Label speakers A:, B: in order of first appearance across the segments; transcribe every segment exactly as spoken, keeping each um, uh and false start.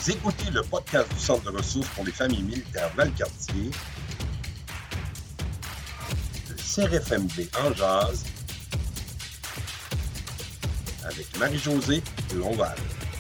A: Vous écoutez le podcast du Centre de ressources pour les familles militaires Valcartier, le C R F M V en jase, avec Marie-Josée Lonval.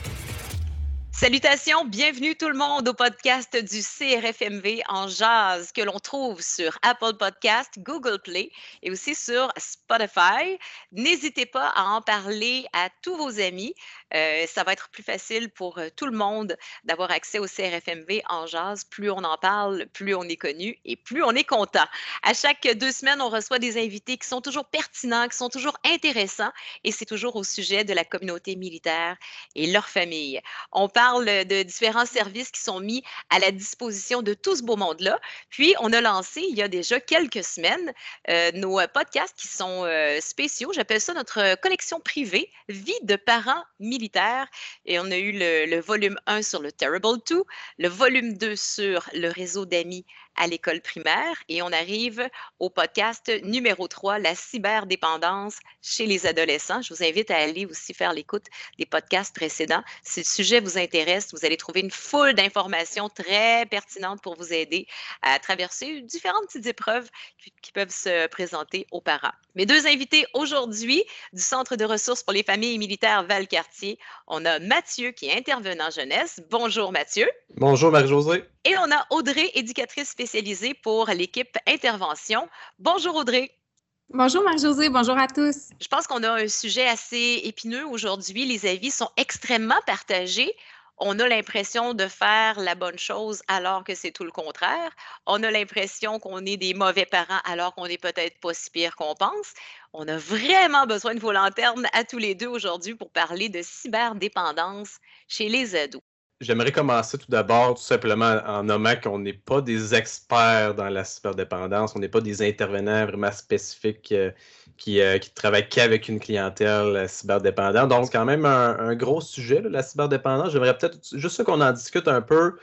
B: Salutations, bienvenue tout le monde au podcast du C R F M V en jazz que l'on trouve sur Apple Podcast, Google Play et aussi sur Spotify. N'hésitez pas à en parler à tous vos amis. Euh, ça va être plus facile pour euh, tout le monde d'avoir accès au C R F M V en jazz. Plus on en parle, plus on est connu et plus on est content. À chaque deux semaines, on reçoit des invités qui sont toujours pertinents, qui sont toujours intéressants et c'est toujours au sujet de la communauté militaire et leur famille. On parle de différents services qui sont mis à la disposition de tout ce beau monde-là. Puis, on a lancé il y a déjà quelques semaines euh, nos podcasts qui sont euh, spéciaux. J'appelle ça notre collection privée, Vie de parents militaires. Et on a eu le, le volume un sur le Terrible deux, le volume deux sur le réseau d'amis à l'école primaire et on arrive au podcast numéro trois, la cyberdépendance chez les adolescents. Je vous invite à aller aussi faire l'écoute des podcasts précédents. Si le sujet vous intéresse, vous allez trouver une foule d'informations très pertinentes pour vous aider à traverser différentes petites épreuves qui, qui peuvent se présenter aux parents. Mes deux invités aujourd'hui du Centre de ressources pour les familles militaires Valcartier, on a Mathieu qui est intervenant jeunesse. Bonjour Mathieu.
C: Bonjour Marie-Josée.
B: Et on a Audrey, éducatrice spécialisée pour l'équipe intervention. Bonjour Audrey.
D: Bonjour Marie-Josée, bonjour à tous.
B: Je pense qu'on a un sujet assez épineux aujourd'hui. Les avis sont extrêmement partagés. On a l'impression de faire la bonne chose alors que c'est tout le contraire. On a l'impression qu'on est des mauvais parents alors qu'on n'est peut-être pas si pire qu'on pense. On a vraiment besoin de vos lanternes à tous les deux aujourd'hui pour parler de cyberdépendance chez les ados.
C: J'aimerais commencer tout d'abord tout simplement en nommant qu'on n'est pas des experts dans la cyberdépendance, on n'est pas des intervenants vraiment spécifiques euh, qui, euh, qui travaillent qu'avec une clientèle cyberdépendante. Donc, c'est quand même un, un gros sujet, là, la cyberdépendance. J'aimerais peut-être juste qu'on en discute un peu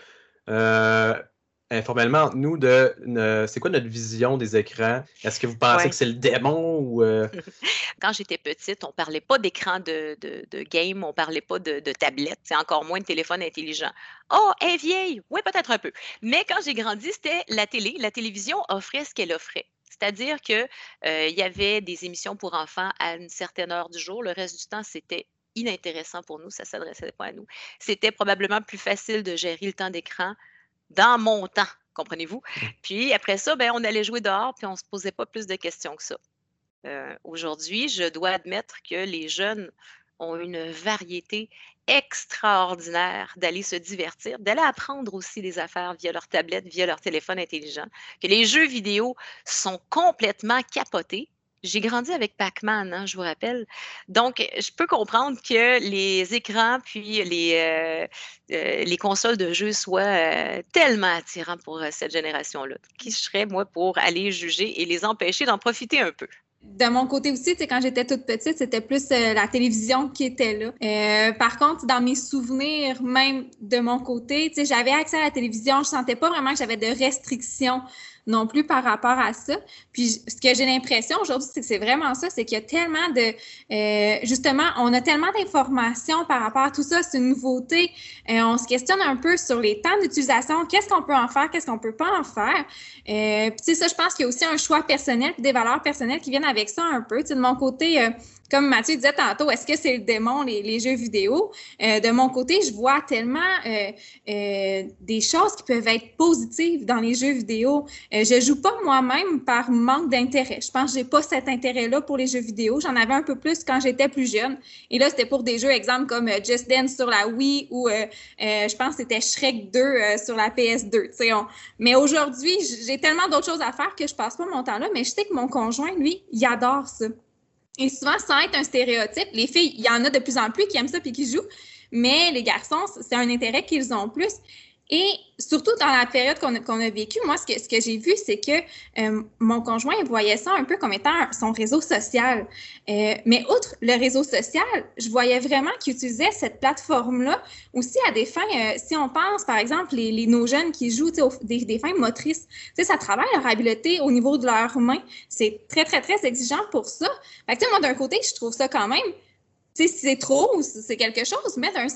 C: euh, informellement entre nous de ne, c'est quoi notre vision des écrans? Est-ce que vous pensez ouais. que c'est le démon ou... Euh...
B: Quand j'étais petite, on ne parlait pas d'écran de, de, de game, on ne parlait pas de, de tablette, c'est encore moins de téléphone intelligent. Oh, elle est vieille! Oui, peut-être un peu. Mais quand j'ai grandi, c'était la télé. La télévision offrait ce qu'elle offrait. C'est-à-dire qu'il euh, y avait des émissions pour enfants à une certaine heure du jour. Le reste du temps, c'était inintéressant pour nous, ça ne s'adressait pas à nous. C'était probablement plus facile de gérer le temps d'écran dans mon temps, comprenez-vous? Puis après ça, ben, on allait jouer dehors, puis on ne se posait pas plus de questions que ça. Euh, aujourd'hui, je dois admettre que les jeunes ont une variété extraordinaire d'aller se divertir, d'aller apprendre aussi des affaires via leur tablette, via leur téléphone intelligent, que les jeux vidéo sont complètement capotés. J'ai grandi avec Pac-Man, hein, je vous rappelle. Donc, je peux comprendre que les écrans puis les, euh, euh, les consoles de jeux soient euh, tellement attirants pour euh, cette génération-là. Qui serais, moi, pour aller juger et les empêcher d'en profiter un peu?
D: De mon côté aussi, quand j'étais toute petite, c'était plus euh, la télévision qui était là. Euh, par contre, dans mes souvenirs, même de mon côté, j'avais accès à la télévision, je sentais pas vraiment que j'avais de restrictions non plus par rapport à ça. Puis, ce que j'ai l'impression aujourd'hui, c'est que c'est vraiment ça, c'est qu'il y a tellement de... Euh, justement, on a tellement d'informations par rapport à tout ça, c'est une nouveauté. Euh, on se questionne un peu sur les temps d'utilisation, qu'est-ce qu'on peut en faire, qu'est-ce qu'on peut pas en faire. Euh, puis, tu sais, ça, je pense qu'il y a aussi un choix personnel, puis des valeurs personnelles qui viennent avec ça un peu. Tu sais, de mon côté... Euh, Comme Mathieu disait tantôt, est-ce que c'est le démon, les, les jeux vidéo? Euh, de mon côté, je vois tellement euh, euh, des choses qui peuvent être positives dans les jeux vidéo. Euh, je joue pas moi-même par manque d'intérêt. Je pense que j'ai pas cet intérêt-là pour les jeux vidéo. J'en avais un peu plus quand j'étais plus jeune. Et là, c'était pour des jeux, exemple, comme euh, Just Dance sur la Wii ou euh, euh, je pense que c'était Shrek deux euh, sur la P S deux. On... Mais aujourd'hui, j'ai tellement d'autres choses à faire que je passe pas mon temps là. Mais je sais que mon conjoint, lui, il adore ça. Et souvent, sans être un stéréotype, les filles, il y en a de plus en plus qui aiment ça et qui jouent, mais les garçons, c'est un intérêt qu'ils ont plus. Et surtout dans la période qu'on a, qu'on a vécue, moi, ce que, ce que j'ai vu, c'est que euh, mon conjoint il voyait ça un peu comme étant son réseau social. Euh, mais outre le réseau social, je voyais vraiment qu'il utilisait cette plateforme-là aussi à des fins, euh, si on pense, par exemple, les, les, nos jeunes qui jouent au, des, des fins motrices, ça travaille leur habileté au niveau de leurs mains. C'est très, très, très exigeant pour ça. Fait que, moi, d'un côté, je trouve ça quand même... Tu sais, si c'est trop ou si c'est quelque chose, mais d'un sens,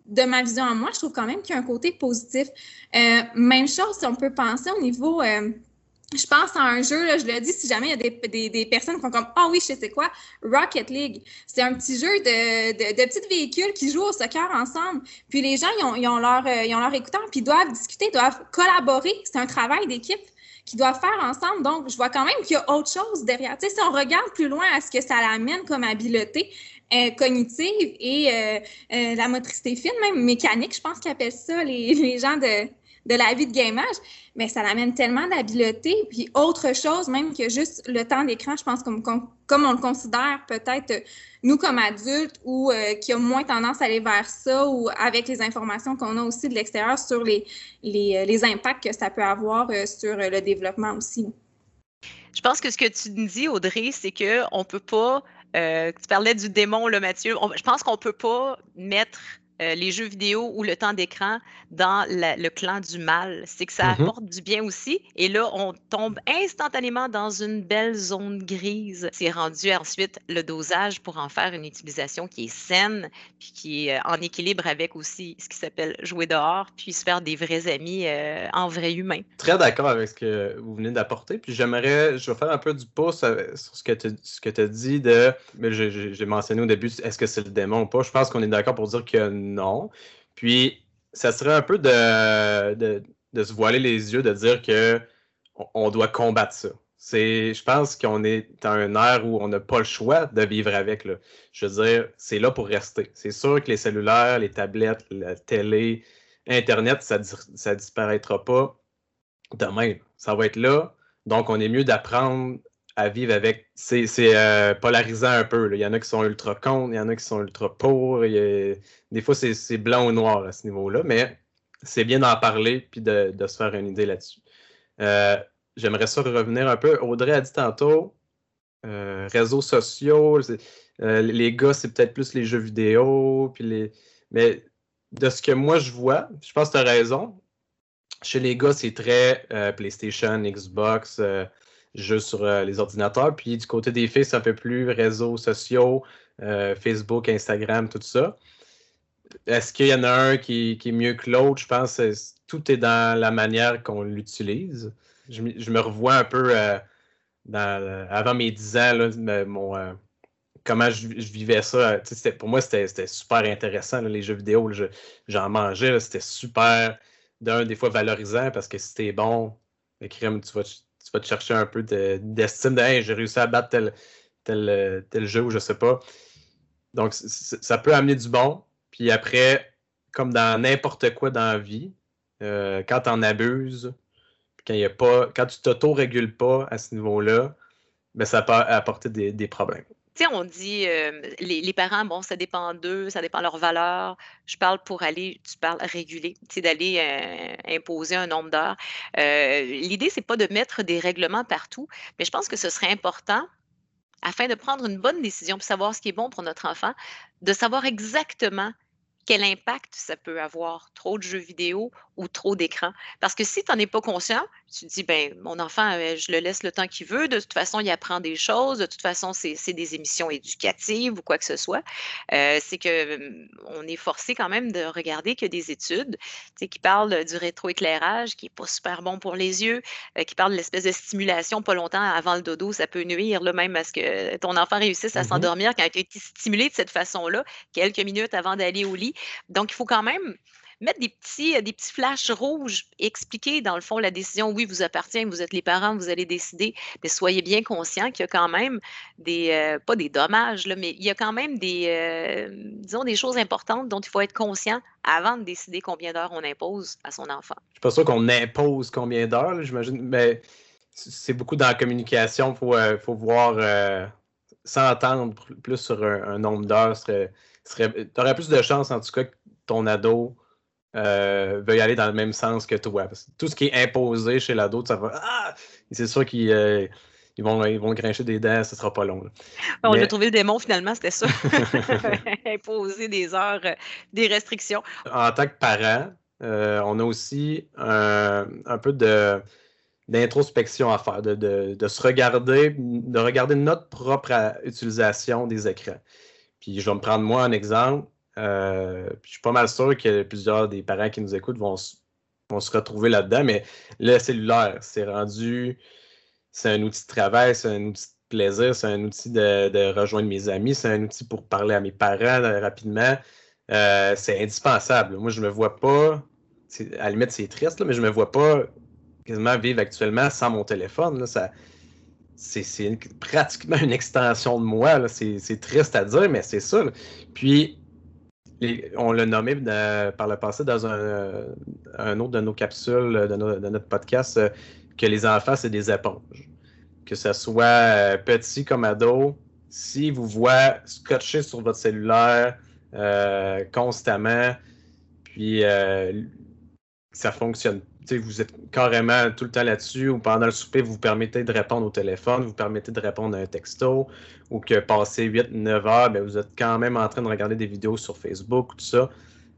D: de ma vision à moi, je trouve quand même qu'il y a un côté positif. Euh, même chose, si on peut penser au niveau... Euh, je pense à un jeu, là, je le dis, si jamais il y a des, des, des personnes qui font comme « Ah oui, je sais c'est quoi, Rocket League ». C'est un petit jeu de, de, de petits véhicules qui jouent au soccer ensemble. Puis les gens, ils ont, ils ont, leur, ils ont leur écouteur, puis ils doivent discuter, ils doivent collaborer. C'est un travail d'équipe qu'ils doivent faire ensemble. Donc, je vois quand même qu'il y a autre chose derrière. Tu sais, si on regarde plus loin à ce que ça l'amène comme habileté euh, cognitive et euh, euh, la motricité fine, même mécanique, je pense qu'ils appellent ça les, les gens de... de la vie de gamage, mais ça l'amène tellement d'habileté, puis autre chose, même que juste le temps d'écran, je pense comme, comme, comme on le considère peut-être, nous comme adultes, ou euh, qui a moins tendance à aller vers ça, ou avec les informations qu'on a aussi de l'extérieur sur les, les, les impacts que ça peut avoir euh, sur le développement aussi.
B: Je pense que ce que tu nous dis, Audrey, c'est qu'on ne peut pas, euh, tu parlais du démon, là, Mathieu, on, je pense qu'on ne peut pas mettre Euh, les jeux vidéo ou le temps d'écran dans la, le clan du mal. C'est que ça
C: Mm-hmm.
B: apporte du bien aussi. Et là, on tombe instantanément dans une belle zone grise. C'est rendu ensuite le dosage pour en faire une utilisation qui est saine, puis qui est en équilibre avec aussi ce qui s'appelle jouer dehors, puis se faire des vrais amis euh, en vrai humain.
C: Très d'accord avec ce que vous venez d'apporter. Puis j'aimerais, je vais faire un peu du pouce sur ce que tu as dit de, mais j'ai mentionné au début, est-ce que c'est le démon ou pas? Je pense qu'on est d'accord pour dire que non. Puis, ça serait un peu de, de, de se voiler les yeux, de dire qu'on on doit combattre ça. Je pense qu'on est dans un ère où on n'a pas le choix de vivre avec. Là. Je veux dire, c'est là pour rester. C'est sûr que les cellulaires, les tablettes, la télé, Internet, ça ne disparaîtra pas demain. Ça va être là. Donc, on est mieux d'apprendre à vivre avec. C'est euh, polarisant un peu. Là. Il y en a qui sont ultra contre, il y en a qui sont ultra pour. Il y a... Des fois, c'est blanc ou noir à ce niveau-là, mais c'est bien d'en parler et de, de se faire une idée là-dessus. Euh, J'aimerais ça revenir un peu. Audrey a dit tantôt, euh, réseaux sociaux, euh, les gars, c'est peut-être plus les jeux vidéo, puis les... mais de ce que moi je vois, je pense que tu as raison. Chez les gars, c'est très euh, PlayStation, Xbox, euh, jeux sur euh, les ordinateurs. Puis du côté des filles, c'est un peu plus réseaux sociaux, euh, Facebook, Instagram, tout ça. Est-ce qu'il y en a un qui, qui est mieux que l'autre? Je pense que tout est dans la manière qu'on l'utilise. Je, je me revois un peu euh, dans, avant mes dix ans, là, mon, euh, comment je, je vivais ça. Pour moi, c'était super intéressant, là, les jeux vidéo. J'en mangeais, c'était super... d'un, des fois valorisant parce que si t'es bon, le crime, tu vas, tu vas te chercher un peu d'estime de, de hey, j'ai réussi à battre tel, tel, tel jeu ou je sais pas. Donc, ça peut amener du bon. Puis après, comme dans n'importe quoi dans la vie, euh, quand tu en abuses, quand, y a pas, quand tu t'auto-régules pas à ce niveau-là, ben, ça peut apporter des, des problèmes.
B: Tu sais, on dit, euh, les, les parents, bon, ça dépend d'eux, ça dépend de leurs valeurs. Je parle pour aller, tu parles réguler, tu sais, d'aller euh, imposer un nombre d'heures. Euh, L'idée, c'est pas de mettre des règlements partout, mais je pense que ce serait important, afin de prendre une bonne décision, pour savoir ce qui est bon pour notre enfant, de savoir exactement quel impact ça peut avoir, trop de jeux vidéo ou trop d'écran. Parce que si tu n'en es pas conscient, tu te dis, ben mon enfant, je le laisse le temps qu'il veut, de toute façon, il apprend des choses, de toute façon, c'est des émissions éducatives ou quoi que ce soit. Euh, c'est qu'on est forcé quand même de regarder qu'il y a des études qui parlent du rétroéclairage, qui n'est pas super bon pour les yeux, euh, qui parlent de l'espèce de stimulation pas longtemps avant le dodo, ça peut nuire, là, même à ce que ton enfant réussisse à mm-hmm. s'endormir quand il a été stimulé de cette façon-là, quelques minutes avant d'aller au lit. Donc, il faut quand même mettre des petits, des petits flashs rouges, expliquer dans le fond la décision, oui, vous appartient, vous êtes les parents, vous allez décider, mais soyez bien conscients qu'il y a quand même des, euh, pas des dommages, là, mais il y a quand même des, euh, disons, des choses importantes dont il faut être conscient avant de décider combien d'heures on impose à son enfant.
C: Je ne suis pas sûr qu'on impose combien d'heures, j'imagine, mais c'est beaucoup dans la communication, il faut, euh, faut voir, euh, s'entendre plus sur un, un nombre d'heures, serait... Tu aurais plus de chance, en tout cas, que ton ado euh, veuille aller dans le même sens que toi. Parce que tout ce qui est imposé chez l'ado, ça va. Ah! C'est sûr qu'ils euh, ils vont, ils vont grincher des dents, ce sera pas long. Là.
B: On
C: Mais...
B: a trouvé le démon, finalement, c'était ça. Imposer des heures, euh, des restrictions.
C: En tant que parent, euh, on a aussi un, un peu de d'introspection à faire, de, de, de se regarder, de regarder notre propre utilisation des écrans. Puis je vais me prendre moi un exemple. Euh, je suis pas mal sûr que plusieurs des parents qui nous écoutent vont, vont se retrouver là-dedans, mais le cellulaire, c'est rendu, c'est un outil de travail, c'est un outil de plaisir, c'est un outil de, de rejoindre mes amis, c'est un outil pour parler à mes parents euh, rapidement. Euh, c'est indispensable. Moi, je me vois pas, à la limite, c'est triste, là, mais je me vois pas quasiment vivre actuellement sans mon téléphone. Là, ça, c'est, c'est une, pratiquement une extension de moi. Là. C'est, c'est triste à dire, mais c'est ça. Là. Puis, les, on l'a nommé de, par le passé dans un, un autre de nos capsules de, no, de notre podcast, euh, que les enfants, c'est des éponges. Que ce soit euh, petit comme ado, s'ils vous voient scotché sur votre cellulaire euh, constamment, puis euh, ça fonctionne. T'sais, vous êtes carrément tout le temps là-dessus, ou pendant le souper, vous vous permettez de répondre au téléphone, vous vous permettez de répondre à un texto, ou que passé huit neuf heures, ben, vous êtes quand même en train de regarder des vidéos sur Facebook, tout ça.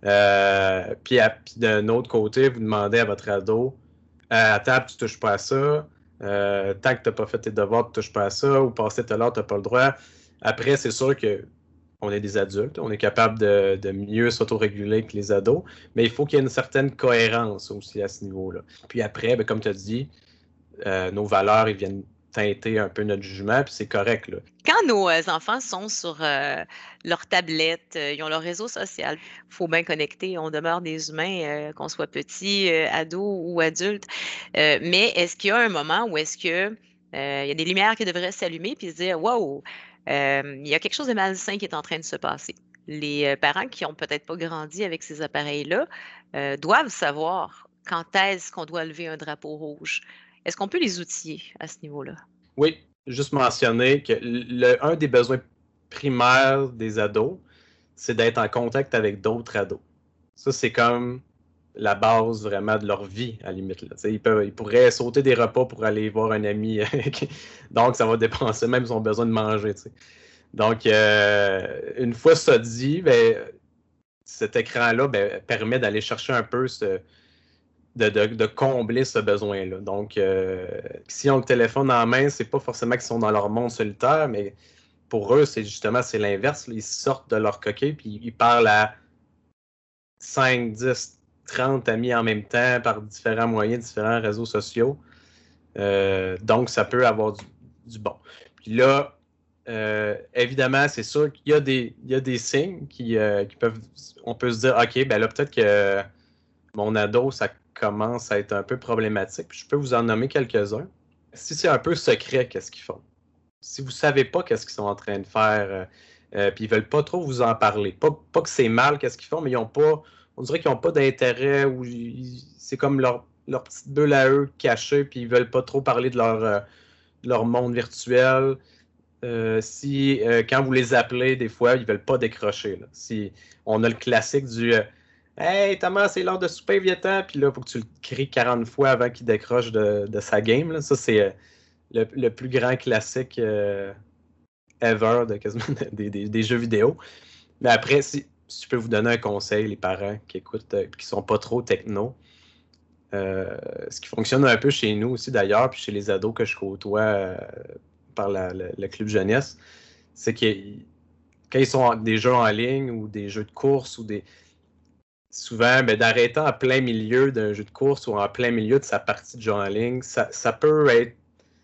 C: Euh, puis, à, puis d'un autre côté, vous demandez à votre ado, à table, tu touches pas à ça, euh, tant que tu n'as pas fait tes devoirs, tu touches pas à ça, ou passé tout à l'heure, tu n'as pas le droit. Après, c'est sûr que on est des adultes, on est capable de, de mieux s'autoréguler que les ados, mais il faut qu'il y ait une certaine cohérence aussi à ce niveau-là. Puis après, ben, comme tu as dit, euh, nos valeurs, ils viennent teinter un peu notre jugement, puis c'est correct. Là.
B: Quand nos euh, enfants sont sur euh, leur tablette, euh, ils ont leur réseau social, il faut bien connecter, on demeure des humains, euh, qu'on soit petit, euh, ado ou adulte. Euh, mais est-ce qu'il y a un moment où est-ce que euh, il y a des lumières qui devraient s'allumer puis se dire « Wow! Euh, il y a quelque chose de malsain qui est en train de se passer. » Les euh, parents qui n'ont peut-être pas grandi avec ces appareils-là euh, doivent savoir quand est-ce qu'on doit lever un drapeau rouge. Est-ce qu'on peut les outiller à ce niveau-là?
C: Oui, juste mentionner que le, un des besoins primaires des ados, c'est d'être en contact avec d'autres ados. Ça, c'est comme la base vraiment de leur vie, à la limite. Là. Ils, peuvent, ils pourraient sauter des repas pour aller voir un ami. Donc, ça va dépenser, même ils ont besoin de manger. T'sais. Donc, euh, une fois ça dit, ben, cet écran-là ben, permet d'aller chercher un peu, ce, de, de, de combler ce besoin-là. Donc, euh, si on le téléphone en main, c'est pas forcément qu'ils sont dans leur monde solitaire, mais pour eux, c'est justement c'est l'inverse. Là. Ils sortent de leur coquille puis ils parlent à cinq, dix, trente amis en même temps par différents moyens, différents réseaux sociaux. Euh, donc, ça peut avoir du, du bon. Puis là, euh, évidemment, c'est sûr qu'il y a des, il y a des signes qui, euh, qui peuvent... On peut se dire, OK, ben là, peut-être que mon ado, ça commence à être un peu problématique. Puis je peux vous en nommer quelques-uns. Si c'est un peu secret, qu'est-ce qu'ils font? Si vous ne savez pas qu'est-ce qu'ils sont en train de faire, euh, euh, puis ils ne veulent pas trop vous en parler. Pas, pas que c'est mal, qu'est-ce qu'ils font, mais ils ont pas... On dirait qu'ils n'ont pas d'intérêt ou ils, c'est comme leur, leur petite bulle à eux cachée, puis ils ne veulent pas trop parler de leur, euh, de leur monde virtuel. Euh, si, euh, quand vous les appelez, des fois, ils ne veulent pas décrocher. Là. Si, on a le classique du euh, « Hey, Thomas, c'est l'heure de souper, viens-t'en! » Puis là, il faut que tu le cries quarante fois avant qu'il décroche de, de sa game. Là. Ça, c'est euh, le, le plus grand classique euh, ever de, quasiment, des, des, des jeux vidéo. Mais après, si... Si je peux vous donner un conseil, les parents qui écoutent et euh, qui ne sont pas trop techno, euh, ce qui fonctionne un peu chez nous aussi d'ailleurs, puis chez les ados que je côtoie euh, par la, la, le club jeunesse, c'est que quand ils sont des jeux en ligne ou des jeux de course, ou des souvent, ben, d'arrêter en plein milieu d'un jeu de course ou en plein milieu de sa partie de jeu en ligne, ça, ça peut être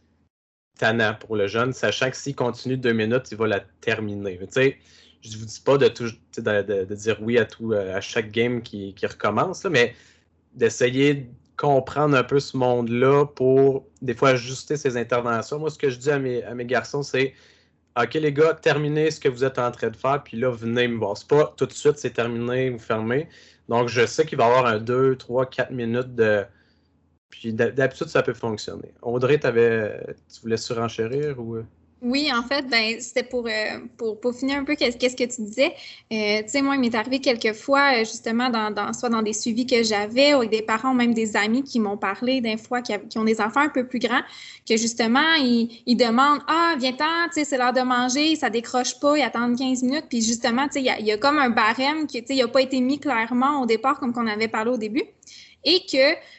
C: tannant pour le jeune, sachant que s'il continue deux minutes, il va la terminer. Tu sais, je ne vous dis pas de, tout, de, de, de dire oui à, tout, à chaque game qui, qui recommence, là, mais d'essayer de comprendre un peu ce monde-là pour, des fois, ajuster ses interventions. Moi, ce que je dis à mes, à mes garçons, c'est « OK, les gars, terminez ce que vous êtes en train de faire, puis là, venez me voir. » C'est pas tout de suite, c'est terminé, vous fermez. Donc, je sais qu'il va y avoir un deux, trois, quatre minutes de... Puis d'habitude, ça peut fonctionner. Audrey, t'avais... tu voulais surenchérir ou...
D: Oui, en fait, ben c'était pour, euh, pour, pour finir un peu qu'est-ce, qu'est-ce que tu disais. Euh, tu sais, moi, il m'est arrivé quelques fois, justement, dans, dans, soit dans des suivis que j'avais, ou avec des parents ou même des amis qui m'ont parlé d'un fois, qui, qui ont des enfants un peu plus grands, que justement, ils, ils demandent « Ah, viens-t'en, tu sais, c'est l'heure de manger, ça décroche pas, ils attendent quinze minutes. » Puis justement, tu sais, il y a, il y a comme un barème qui, tu sais, il n'a pas été mis clairement au départ, comme qu'on avait parlé au début, et que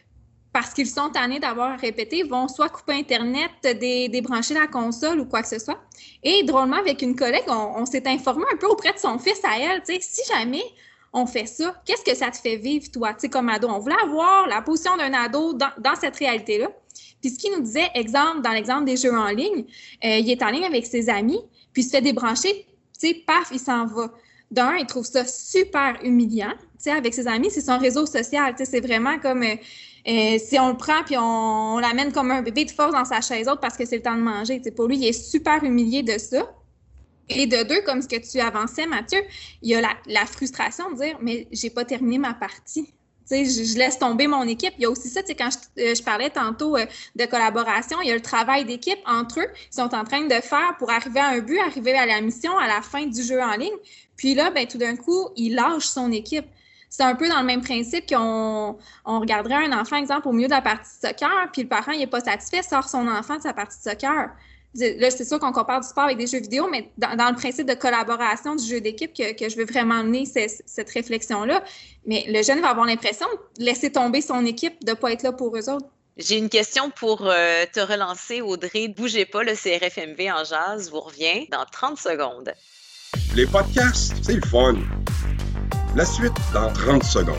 D: parce qu'ils sont tannés d'avoir à répéter, vont soit couper Internet, dé- débrancher la console ou quoi que ce soit. Et drôlement, avec une collègue, on, on s'est informé un peu auprès de son fils à elle, tu sais, si jamais on fait ça, qu'est-ce que ça te fait vivre, toi, tu sais, comme ado? On voulait avoir la position d'un ado dans, dans cette réalité-là. Puis ce qu'il nous disait, exemple, dans l'exemple des jeux en ligne, euh, il est en ligne avec ses amis, puis il se fait débrancher, tu sais, paf, il s'en va. D'un, il trouve ça super humiliant, tu sais, avec ses amis, c'est son réseau social, tu sais, c'est vraiment comme... Euh, Euh, si on le prend puis on, on l'amène comme un bébé de force dans sa chaise haute parce que c'est le temps de manger. T'sais, pour lui, il est super humilié de ça. Et de deux, comme ce que tu avançais, Mathieu, il y a la, la frustration de dire « mais j'ai pas terminé ma partie ». Je, je laisse tomber mon équipe. Il y a aussi ça, quand je, je parlais tantôt euh, de collaboration, il y a le travail d'équipe entre eux qu'ils sont en train de faire pour arriver à un but, arriver à la mission à la fin du jeu en ligne. Puis là, ben, tout d'un coup, il lâche son équipe. C'est un peu dans le même principe qu'on on regarderait un enfant, exemple, au milieu de la partie de soccer, puis le parent n'est pas satisfait, sort son enfant de sa partie de soccer. Là, c'est sûr qu'on compare du sport avec des jeux vidéo, mais dans, dans le principe de collaboration du jeu d'équipe que, que je veux vraiment mener cette, cette réflexion-là. Mais le jeune va avoir l'impression de laisser tomber son équipe, de ne pas être là pour eux autres.
B: J'ai une question pour euh, te relancer, Audrey. Bougez pas, le C R F M V en jazz vous revient dans trente secondes.
A: Les podcasts, c'est le fun. La suite dans trente secondes.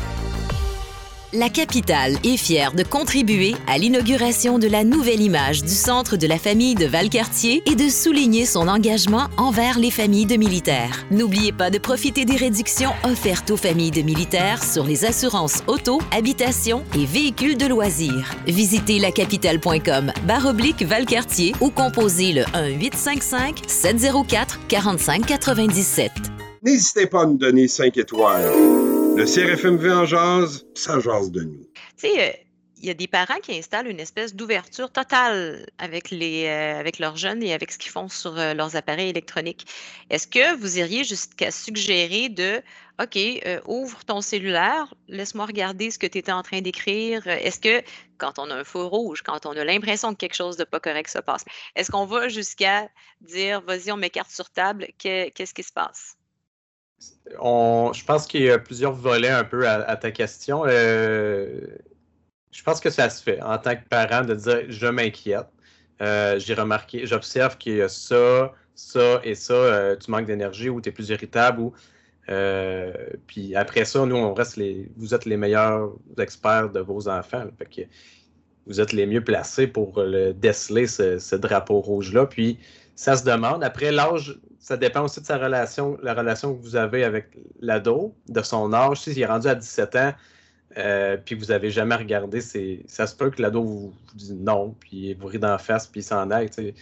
E: La capitale est fière de contribuer à l'inauguration de la nouvelle image du Centre de la famille de Valcartier et de souligner son engagement envers les familles de militaires. N'oubliez pas de profiter des réductions offertes aux familles de militaires sur les assurances auto, habitation et véhicules de loisirs. Visitez lacapitale point com barre oblique Valcartier ou composez le un huit cinq cinq sept zéro quatre quarante-cinq quatre-vingt-dix-sept.
A: N'hésitez pas à nous donner cinq étoiles. Le C R F M V en jazz, ça jase de nous.
B: Tu sais, il euh, y a des parents qui installent une espèce d'ouverture totale avec, les, euh, avec leurs jeunes et avec ce qu'ils font sur euh, leurs appareils électroniques. Est-ce que vous iriez jusqu'à suggérer de « OK, euh, ouvre ton cellulaire, laisse-moi regarder ce que tu étais en train d'écrire. » Est-ce que, quand on a un feu rouge, quand on a l'impression que quelque chose de pas correct se passe, est-ce qu'on va jusqu'à dire « Vas-y, on m'écarte sur table, que, qu'est-ce qui se passe? »
C: On, je pense qu'il y a plusieurs volets un peu à, à ta question. Euh, je pense que ça se fait en tant que parent de dire je m'inquiète. Euh, j'ai remarqué, j'observe qu'il y a ça, ça et ça. Euh, tu manques d'énergie ou tu es plus irritable. Ou, euh, puis après ça, nous, on reste les. Vous êtes les meilleurs experts de vos enfants. Là, fait que vous êtes les mieux placés pour le déceler ce, ce drapeau rouge-là. Puis ça se demande. Après l'âge. Ça dépend aussi de sa relation, la relation que vous avez avec l'ado, de son âge. Si il est rendu à dix-sept ans, euh, puis vous n'avez jamais regardé, c'est, ça se peut que l'ado vous, vous dise non, puis il vous rit d'en face, puis il s'en aille. T'sais.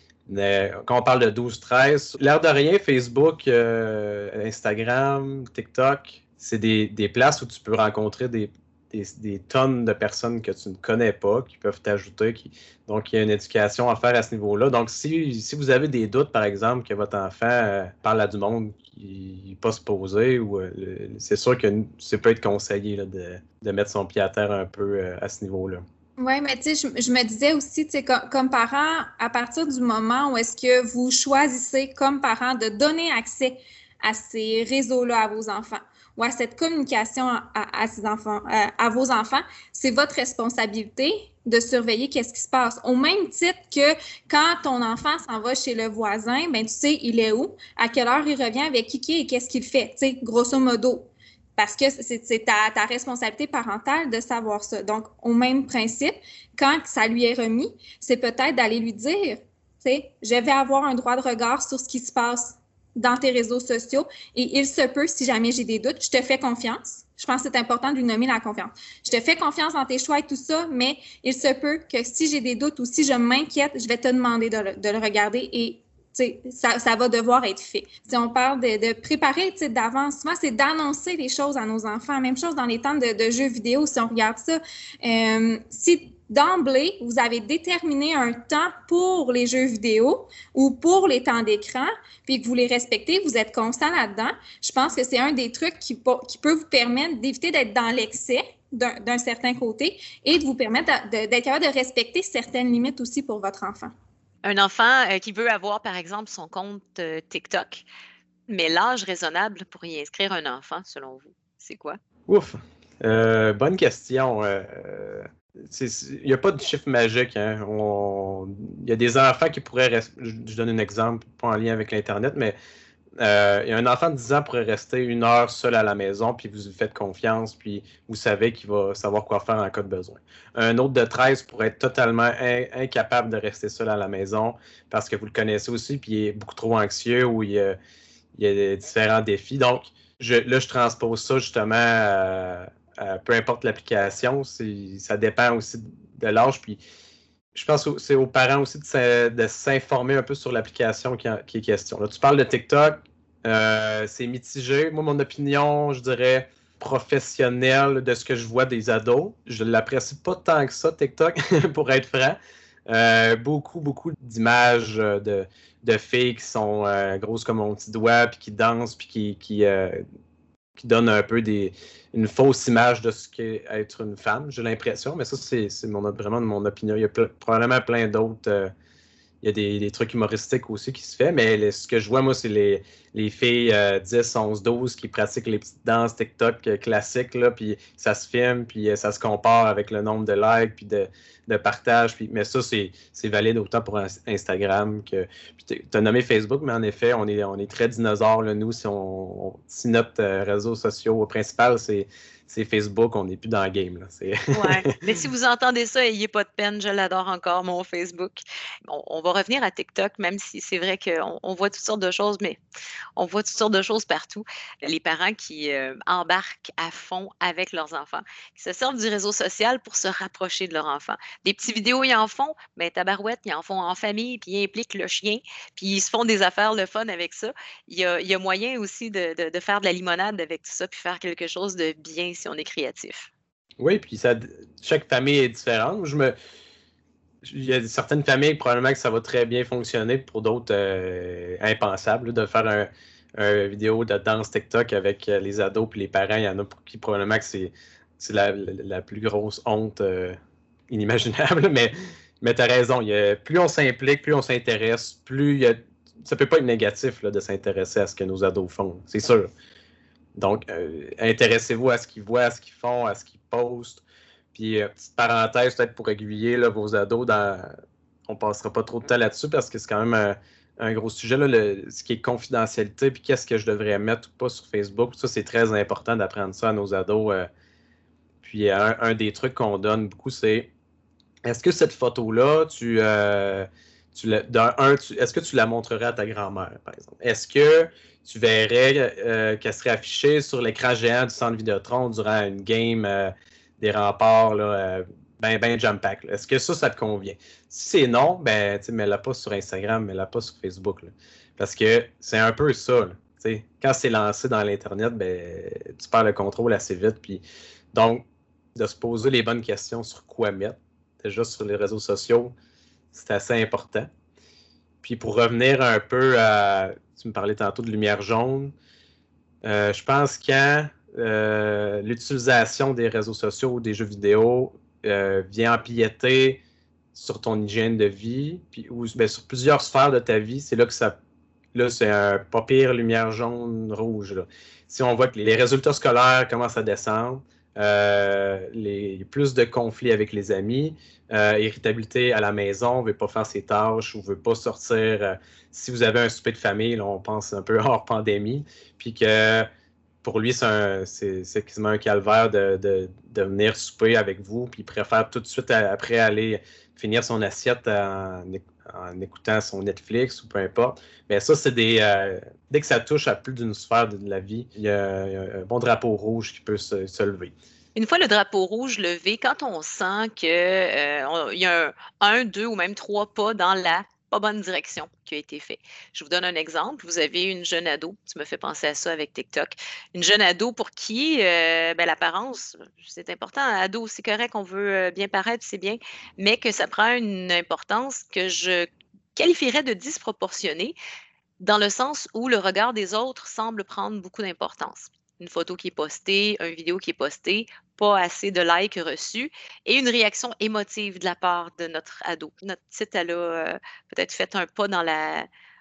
C: Mais quand on parle de douze treize, l'air de rien, Facebook, euh, Instagram, TikTok, c'est des, des places où tu peux rencontrer des, des, des tonnes de personnes que tu ne connais pas, qui peuvent t'ajouter. Qui... Donc, il y a une éducation à faire à ce niveau-là. Donc, si, si vous avez des doutes, par exemple, que votre enfant euh, parle à du monde qui n'est pas supposé, ou, euh, le, c'est sûr que ça peut être conseillé là, de, de mettre son pied à terre un peu euh, à ce niveau-là.
D: Oui, mais tu sais, je, je me disais aussi, tu sais, comme, comme parent, à partir du moment où est-ce que vous choisissez comme parent de donner accès à ces réseaux-là à vos enfants, ou à cette communication à, à, ces enfants, à, à vos enfants, c'est votre responsabilité de surveiller qu'est-ce qui se passe. Au même titre que quand ton enfant s'en va chez le voisin, ben tu sais, il est où, à quelle heure il revient, avec qui qui et qu'est-ce qu'il fait, tu sais, grosso modo. Parce que c'est, c'est ta, ta responsabilité parentale de savoir ça. Donc, au même principe, quand ça lui est remis, c'est peut-être d'aller lui dire, tu sais, je vais avoir un droit de regard sur ce qui se passe dans tes réseaux sociaux et il se peut, si jamais j'ai des doutes, je te fais confiance. Je pense que c'est important de lui nommer la confiance. Je te fais confiance dans tes choix et tout ça, mais il se peut que si j'ai des doutes ou si je m'inquiète, je vais te demander de le, de le regarder et ça, ça va devoir être fait. Si on parle de, de préparer d'avance, souvent, c'est d'annoncer les choses à nos enfants. Même chose dans les temps de, de jeux vidéo, si on regarde ça. Euh, si d'emblée, vous avez déterminé un temps pour les jeux vidéo ou pour les temps d'écran, puis que vous les respectez, vous êtes constant là-dedans, je pense que c'est un des trucs qui, qui peut vous permettre d'éviter d'être dans l'excès d'un, d'un certain côté et de vous permettre de, d'être capable de respecter certaines limites aussi pour votre enfant.
B: Un enfant euh, qui veut avoir, par exemple, son compte euh, TikTok, mais l'âge raisonnable pour y inscrire un enfant, selon vous, c'est quoi?
C: Ouf! Euh, bonne question. Euh, il n'y a pas de chiffre magique. Hein. On, il y a des enfants qui pourraient rester. Je, je donne un exemple, pas en lien avec l'Internet, mais euh, il y a un enfant de dix ans pourrait rester une heure seul à la maison, puis vous lui faites confiance, puis vous savez qu'il va savoir quoi faire en cas de besoin. Un autre de treize pourrait être totalement in, incapable de rester seul à la maison parce que vous le connaissez aussi, puis il est beaucoup trop anxieux ou il y a, il y a différents défis. Donc, je, là, je transpose ça justement à, à peu importe l'application. C'est, ça dépend aussi de l'âge, puis je pense que c'est aux parents aussi de, de s'informer un peu sur l'application qui, qui est question. Là, tu parles de TikTok, euh, c'est mitigé. Moi, mon opinion, je dirais, professionnelle de ce que je vois des ados, je ne l'apprécie pas tant que ça, TikTok, pour être franc. Euh, beaucoup, beaucoup d'images de, de filles qui sont euh, grosses comme mon petit doigt, puis qui dansent, puis qui, qui, euh, qui donnent un peu des, une fausse image de ce qu'est être une femme, j'ai l'impression, mais ça, c'est, c'est mon, vraiment mon opinion. Il y a ple- probablement plein d'autres. Euh, il y a des, des trucs humoristiques aussi qui se font, mais les, ce que je vois, moi, c'est les, les filles euh, dix, onze, douze qui pratiquent les petites danses TikTok euh, classiques, là, puis ça se filme, puis euh, ça se compare avec le nombre de likes, puis de, de partages. Puis, mais ça, c'est, c'est valide autant pour Instagram que. Tu as nommé Facebook, mais en effet, on est, on est très dinosaures, là, nous. Si, on, on, si notre euh, réseau social principal, c'est. C'est Facebook, on n'est plus dans le game. Là. C'est...
B: ouais. Mais si vous entendez ça, n'ayez pas de peine, je l'adore encore, mon Facebook. On, on va revenir à TikTok, même si c'est vrai qu'on on voit toutes sortes de choses, mais on voit toutes sortes de choses partout. Les parents qui euh, embarquent à fond avec leurs enfants, qui se servent du réseau social pour se rapprocher de leur enfant. Des petites vidéos, ils en font, mais tabarouette, ils en font en famille, puis ils impliquent le chien, puis ils se font des affaires le fun avec ça. Il y a, il y a moyen aussi de, de, de faire de la limonade avec tout ça, puis faire quelque chose de bien si on est créatif.
C: Oui, puis ça, chaque famille est différente. Je me, il y a certaines familles, probablement que ça va très bien fonctionner, pour d'autres, euh, impensable, de faire un, un vidéo de danse TikTok avec les ados puis les parents. Il y en a pour qui, probablement, que c'est, c'est la, la, la plus grosse honte euh, inimaginable. Mais, mais tu as raison. Il y a, plus on s'implique, plus on s'intéresse, plus il y a, ça peut pas être négatif là, de s'intéresser à ce que nos ados font, c'est sûr. Donc, euh, intéressez-vous à ce qu'ils voient, à ce qu'ils font, à ce qu'ils postent. Puis, euh, petite parenthèse, peut-être pour aiguiller là, vos ados, dans... on ne passera pas trop de temps là-dessus parce que c'est quand même un, un gros sujet, là, le, ce qui est confidentialité, puis qu'est-ce que je devrais mettre ou pas sur Facebook. Ça, c'est très important d'apprendre ça à nos ados. Euh. Puis, un, un des trucs qu'on donne beaucoup, c'est est-ce que cette photo-là, tu, euh, tu la, d'un, un, tu, est-ce que tu la montrerais à ta grand-mère, par exemple? Est-ce que tu verrais euh, qu'elle serait affichée sur l'écran géant du centre Vidéotron durant une game euh, des remparts, là, euh, ben, ben jam-pack. Est-ce que ça, ça te convient? Si c'est non, ben, tu sais, mets-la pas sur Instagram, mets-la pas sur Facebook. Là. Parce que c'est un peu ça. Là, t'sais. Quand c'est lancé dans l'Internet, ben, tu perds le contrôle assez vite. Puis, donc, de se poser les bonnes questions sur quoi mettre, déjà sur les réseaux sociaux, c'est assez important. Puis pour revenir un peu à... Tu me parlais tantôt de lumière jaune. Euh, je pense quand euh, l'utilisation des réseaux sociaux ou des jeux vidéo euh, vient empiéter sur ton hygiène de vie, puis, ou ben, sur plusieurs sphères de ta vie, c'est là que ça... Là, c'est un pas pire lumière jaune, rouge. Là. Si on voit que les résultats scolaires commencent à descendre, Euh, les, plus de conflits avec les amis, euh, irritabilité à la maison, on ne veut pas faire ses tâches, on ne veut pas sortir. Euh, si vous avez un souper de famille, là, on pense un peu hors pandémie, puis que pour lui, c'est, un, c'est, c'est quasiment un calvaire de, de, de venir souper avec vous, puis il préfère tout de suite après aller finir son assiette en, en écoutant son Netflix ou peu importe. Mais ça, c'est des... Euh, dès que ça touche à plus d'une sphère de la vie, il y a, il y a un bon drapeau rouge qui peut se, se lever.
B: Une fois le drapeau rouge levé, quand on sent qu'il euh, y a un, un, deux ou même trois pas dans la pas bonne direction qui a été fait. Je vous donne un exemple. Vous avez une jeune ado, tu me fais penser à ça avec TikTok, une jeune ado pour qui euh, ben, l'apparence, c'est important. Ado, c'est correct, on veut bien paraître, c'est bien, mais que ça prend une importance que je qualifierais de disproportionnée dans le sens où le regard des autres semble prendre beaucoup d'importance. Une photo qui est postée, une vidéo qui est postée, pas assez de likes reçus et une réaction émotive de la part de notre ado. Notre petite, elle a euh, peut-être fait un pas dans la,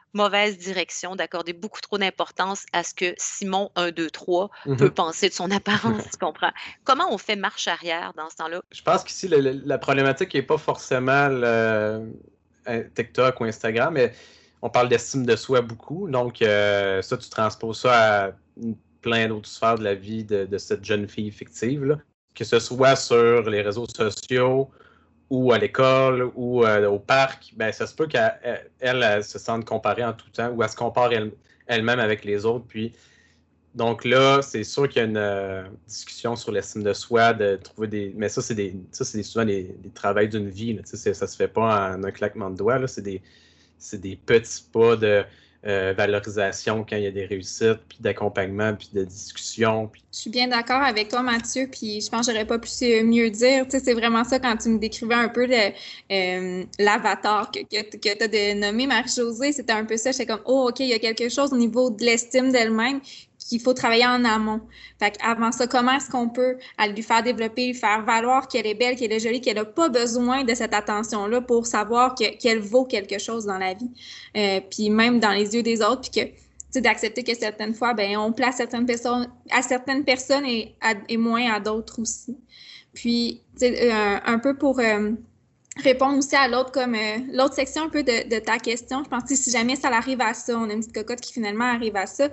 B: mauvaise direction, d'accorder beaucoup trop d'importance à ce que Simon un, deux, trois
C: Mhm.
B: peut penser de son apparence, tu comprends? Comment on fait marche arrière dans ce temps-là?
C: Je pense qu'ici, le- le- la problématique n'est pas forcément le, euh, TikTok ou Instagram, mais on parle d'estime de soi beaucoup. Donc, euh, ça, tu transposes ça à plein d'autres sphères de la vie de, de cette jeune fille fictive, là. Que ce soit sur les réseaux sociaux ou à l'école ou euh, au parc, ben, ça se peut qu'elle elle, elle, elle se sente comparée en tout temps ou elle se compare elle, elle-même avec les autres. Puis, donc là, c'est sûr qu'il y a une euh, discussion sur l'estime de soi, de trouver des. Mais ça, c'est des. Ça, c'est souvent des, des travails d'une vie. Là. Ça se fait pas en un claquement de doigts. Là. C'est des, c'est des petits pas de euh, valorisation quand il y a des réussites, puis d'accompagnement, puis de discussion. Puis...
D: Je suis bien d'accord avec toi, Mathieu, puis je pense que j'aurais pas pu mieux dire. Tu sais, c'est vraiment ça quand tu me décrivais un peu le, euh, l'avatar que, que, que tu as nommé, Marie-Josée. C'était un peu ça. J'étais comme, oh, OK, il y a quelque chose au niveau de l'estime d'elle-même qu'il faut travailler en amont. Fait qu'avant ça, comment est-ce qu'on peut lui faire développer, lui faire valoir qu'elle est belle, qu'elle est jolie, qu'elle n'a pas besoin de cette attention-là pour savoir que, qu'elle vaut quelque chose dans la vie. Euh, puis même dans les yeux des autres, puis que, tu sais, d'accepter que certaines fois, ben on place certaines personnes à certaines personnes et, à, et moins à d'autres aussi. Puis, tu sais, un, un peu pour... Euh, répondre aussi à l'autre comme euh, l'autre section un peu de, de ta question. Je pense que si jamais ça arrive à ça, on a une petite cocotte qui finalement arrive à ça,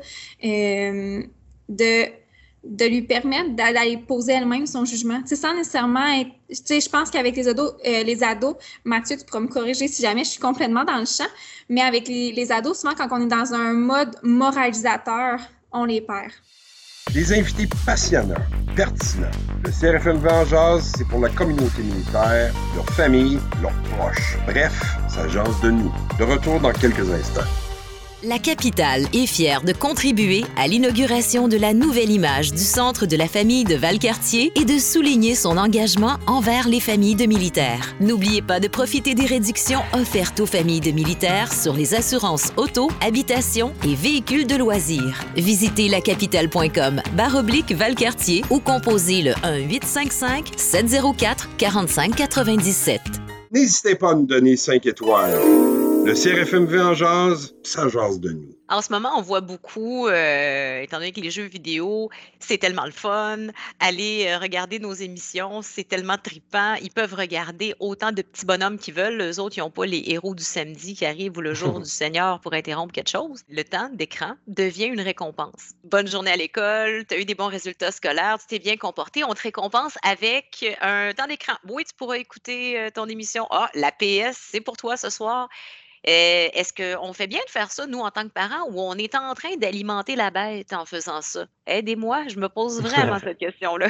D: euh, de, de lui permettre d'aller poser elle-même son jugement. Tu sais, sans nécessairement être... Tu sais, je pense qu'avec les ados, euh, les ados, Mathieu, tu pourras me corriger si jamais je suis complètement dans le champ, mais avec les, les ados, souvent quand on est dans un mode moralisateur, on les perd.
A: Des invités passionnants, pertinents. Le C R F M V en jase, c'est pour la communauté militaire, leurs familles, leurs proches. Bref, ça jase de nous. De retour dans quelques instants.
E: La capitale est fière de contribuer à l'inauguration de la nouvelle image du Centre de la famille de Valcartier et de souligner son engagement envers les familles de militaires. N'oubliez pas de profiter des réductions offertes aux familles de militaires sur les assurances auto, habitation et véhicules de loisirs. Visitez lacapitale.com barre oblique Valcartier ou composez le un huit cinq cinq sept zéro quatre quarante-cinq quatre-vingt-dix-sept.
A: N'hésitez pas à nous donner cinq étoiles. Le C R F M V en jase, ça jase de nous.
B: En ce moment, on voit beaucoup, euh, étant donné que les jeux vidéo, c'est tellement le fun, aller euh, regarder nos émissions, c'est tellement trippant. Ils peuvent regarder autant de petits bonhommes qu'ils veulent. Les autres, ils n'ont pas les héros du samedi qui arrivent ou le jour du Seigneur pour interrompre quelque chose. Le temps d'écran devient une récompense. Bonne journée à l'école, tu as eu des bons résultats scolaires, tu t'es bien comporté, on te récompense avec un temps d'écran. Oui, tu pourras écouter euh, ton émission. Ah, la P S, c'est pour toi ce soir. Euh, est-ce qu'on fait bien de faire ça, nous, en tant que parents, ou on est en train d'alimenter la bête en faisant ça? Aidez-moi, je me pose vraiment cette question-là.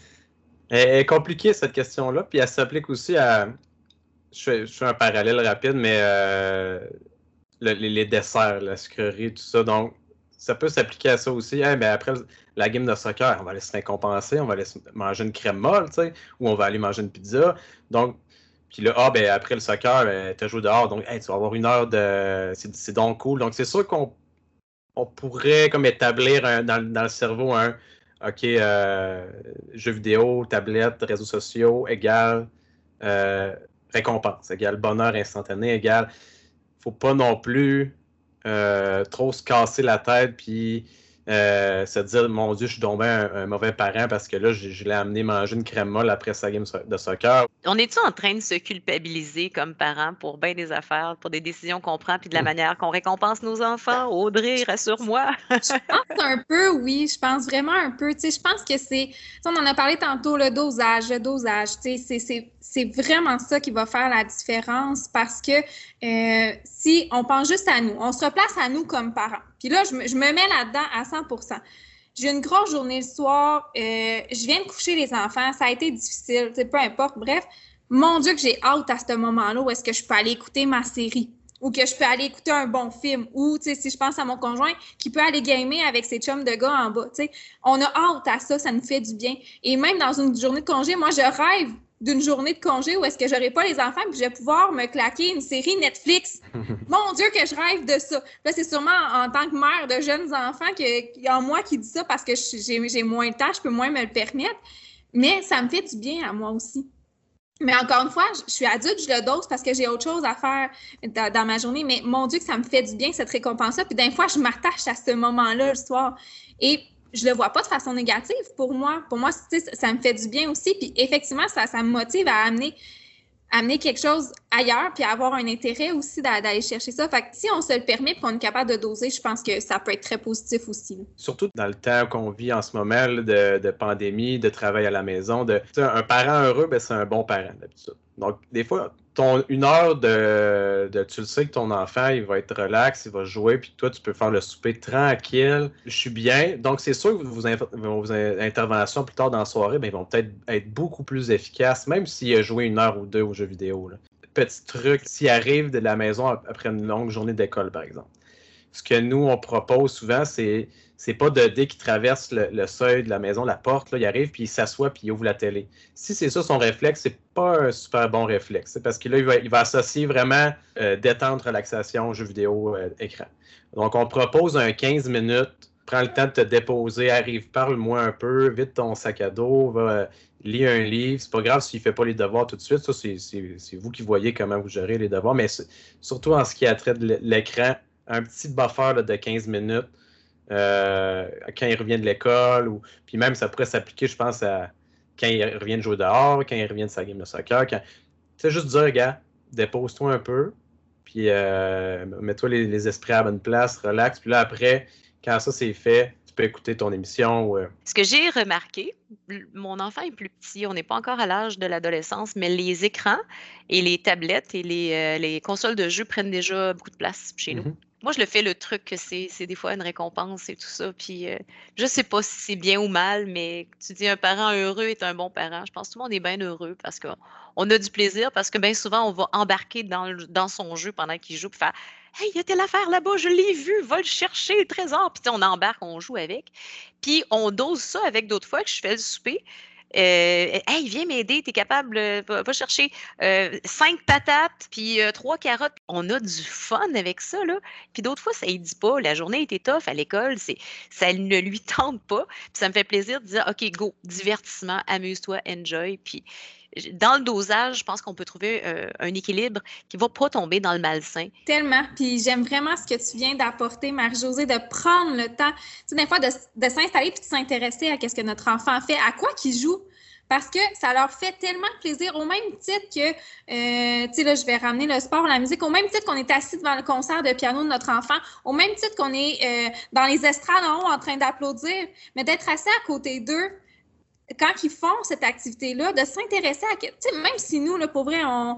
C: Elle est compliquée, cette question-là, puis elle s'applique aussi à... Je fais, je fais un parallèle rapide, mais euh, le, les, les desserts, la sucrerie, tout ça, donc ça peut s'appliquer à ça aussi. Hey, mais après la game de soccer, on va aller se récompenser, on va aller manger une crème molle, tu sais, ou on va aller manger une pizza. Donc, puis là, ah, ben, après le soccer, ben, tu as joué dehors, donc hey, tu vas avoir une heure de... C'est, c'est donc cool. Donc, c'est sûr qu'on on pourrait comme établir un, dans, dans le cerveau un OK, euh, jeux vidéo, tablette, réseaux sociaux, égale euh, récompense, égale bonheur instantané, égale... Faut pas non plus euh, trop se casser la tête, puis... Euh, se dire, mon Dieu, je suis tombé un, un mauvais parent parce que là, je, je l'ai amené manger une crème molle après sa game de soccer.
B: On est-tu en train de se culpabiliser comme parents pour bien des affaires, pour des décisions qu'on prend, puis de la manière qu'on récompense nos enfants? Audrey, rassure-moi.
D: Je pense un peu, oui. Je pense vraiment un peu. Tu sais, je pense que c'est... On en a parlé tantôt, le dosage, le dosage. Tu sais, c'est, c'est, c'est vraiment ça qui va faire la différence parce que euh, si on pense juste à nous, on se replace à nous comme parents. Puis là, je me, je me mets là-dedans à cent pour cent. J'ai une grosse journée le soir, euh, je viens de coucher les enfants, ça a été difficile, tu sais, peu importe. Bref, mon Dieu que j'ai hâte à ce moment-là où est-ce que je peux aller écouter ma série ou que je peux aller écouter un bon film ou, tu sais, si je pense à mon conjoint qui peut aller gamer avec ses chums de gars en bas, tu sais. On a hâte à ça, ça nous fait du bien. Et même dans une journée de congé, moi, je rêve d'une journée de congé où est-ce que j'aurai pas les enfants puis je vais pouvoir me claquer une série Netflix. Mon Dieu que je rêve de ça. Là, c'est sûrement en, en tant que mère de jeunes enfants qu'il y a moi qui dit ça parce que j'ai, j'ai moins de temps, je peux moins me le permettre. Mais ça me fait du bien à moi aussi. Mais encore une fois, je suis adulte, je le dose parce que j'ai autre chose à faire dans, dans ma journée. Mais mon Dieu, que ça me fait du bien, cette récompense-là. Puis des fois, je m'attache à ce moment-là le soir. Et je le vois pas de façon négative pour moi. Pour moi, ça me fait du bien aussi. Puis effectivement, ça, ça me motive à amener, amener quelque chose ailleurs puis à avoir un intérêt aussi d'aller chercher ça. Fait que si on se le permet et qu'on est capable de doser, je pense que ça peut être très positif aussi.
C: Surtout dans le temps qu'on vit en ce moment là, de, de pandémie, de travail à la maison. De, un parent heureux, ben, c'est un bon parent d'habitude. Donc, des fois, ton, une heure de, de... Tu le sais que ton enfant, il va être relax, il va jouer, puis toi, tu peux faire le souper tranquille. Je suis bien. Donc, c'est sûr que vos, vos interventions plus tard dans la soirée, ben, ils vont peut-être être beaucoup plus efficaces, même s'il a joué une heure ou deux aux jeux vidéo. Là. Petit truc, s'il arrive de la maison après une longue journée d'école, par exemple. Ce que nous, on propose souvent, c'est... C'est pas de dès qu'il traverse le, le seuil de la maison, la porte, là, il arrive, puis il s'assoit, puis il ouvre la télé. Si c'est ça son réflexe, c'est pas un super bon réflexe. Parce que là, il va, il va associer vraiment euh, détente, relaxation, jeux vidéo, euh, écran. Donc, on propose un quinze minutes, prends le temps de te déposer, arrive, parle-moi un peu, vide ton sac à dos, va euh, lire un livre. C'est pas grave s'il fait pas les devoirs tout de suite. Ça, c'est, c'est, c'est vous qui voyez comment vous gérez les devoirs. Mais surtout en ce qui a trait de l'écran, un petit buffer là, de quinze minutes. Euh, quand il revient de l'école, ou puis même ça pourrait s'appliquer, je pense, à quand il revient de jouer dehors, quand il revient de sa game de soccer. Quand... Tu sais, juste dire, gars, dépose-toi un peu, puis euh, mets-toi les, les esprits à la bonne place, relax, puis là après, quand ça c'est fait, tu peux écouter ton émission. Ou, euh...
B: Ce que j'ai remarqué, mon enfant est plus petit, on n'est pas encore à l'âge de l'adolescence, mais les écrans et les tablettes et les, euh, les consoles de jeux prennent déjà beaucoup de place chez nous. Mm-hmm. Moi, je le fais le truc que c'est, c'est des fois une récompense et tout ça. Puis, euh, je sais pas si c'est bien ou mal, mais tu dis un parent heureux est un bon parent. Je pense que tout le monde est bien heureux parce qu'on on a du plaisir, parce que bien souvent, on va embarquer dans, le, dans son jeu pendant qu'il joue, puis faire « Hey, il y a telle affaire là-bas, je l'ai vu, va le chercher, le trésor. » Puis, on embarque, on joue avec. Puis, on dose ça avec d'autres fois que je fais le souper. Euh, hey, viens m'aider, t'es capable, euh, va, va chercher euh, cinq patates, puis euh, trois carottes. On a du fun avec ça, là. Puis d'autres fois, ça ne dit pas. La journée était tough à l'école, c'est, ça ne lui tente pas. Puis ça me fait plaisir de dire, OK, go, divertissement, amuse-toi, enjoy. Puis dans le dosage, je pense qu'on peut trouver euh, un équilibre qui ne va pas tomber dans le malsain.
D: Tellement. Puis j'aime vraiment ce que tu viens d'apporter, Marie-Josée, de prendre le temps, tu sais, des fois, de, de s'installer puis de s'intéresser à ce que notre enfant fait, à quoi qu'il joue. Parce que ça leur fait tellement plaisir, au même titre que, euh, tu sais, là, je vais ramener le sport, la musique, au même titre qu'on est assis devant le concert de piano de notre enfant, au même titre qu'on est euh, dans les estrades en haut en train d'applaudir, mais d'être assis à côté d'eux, quand ils font cette activité-là, de s'intéresser à... Tu sais, même si nous, là, pour vrai, on,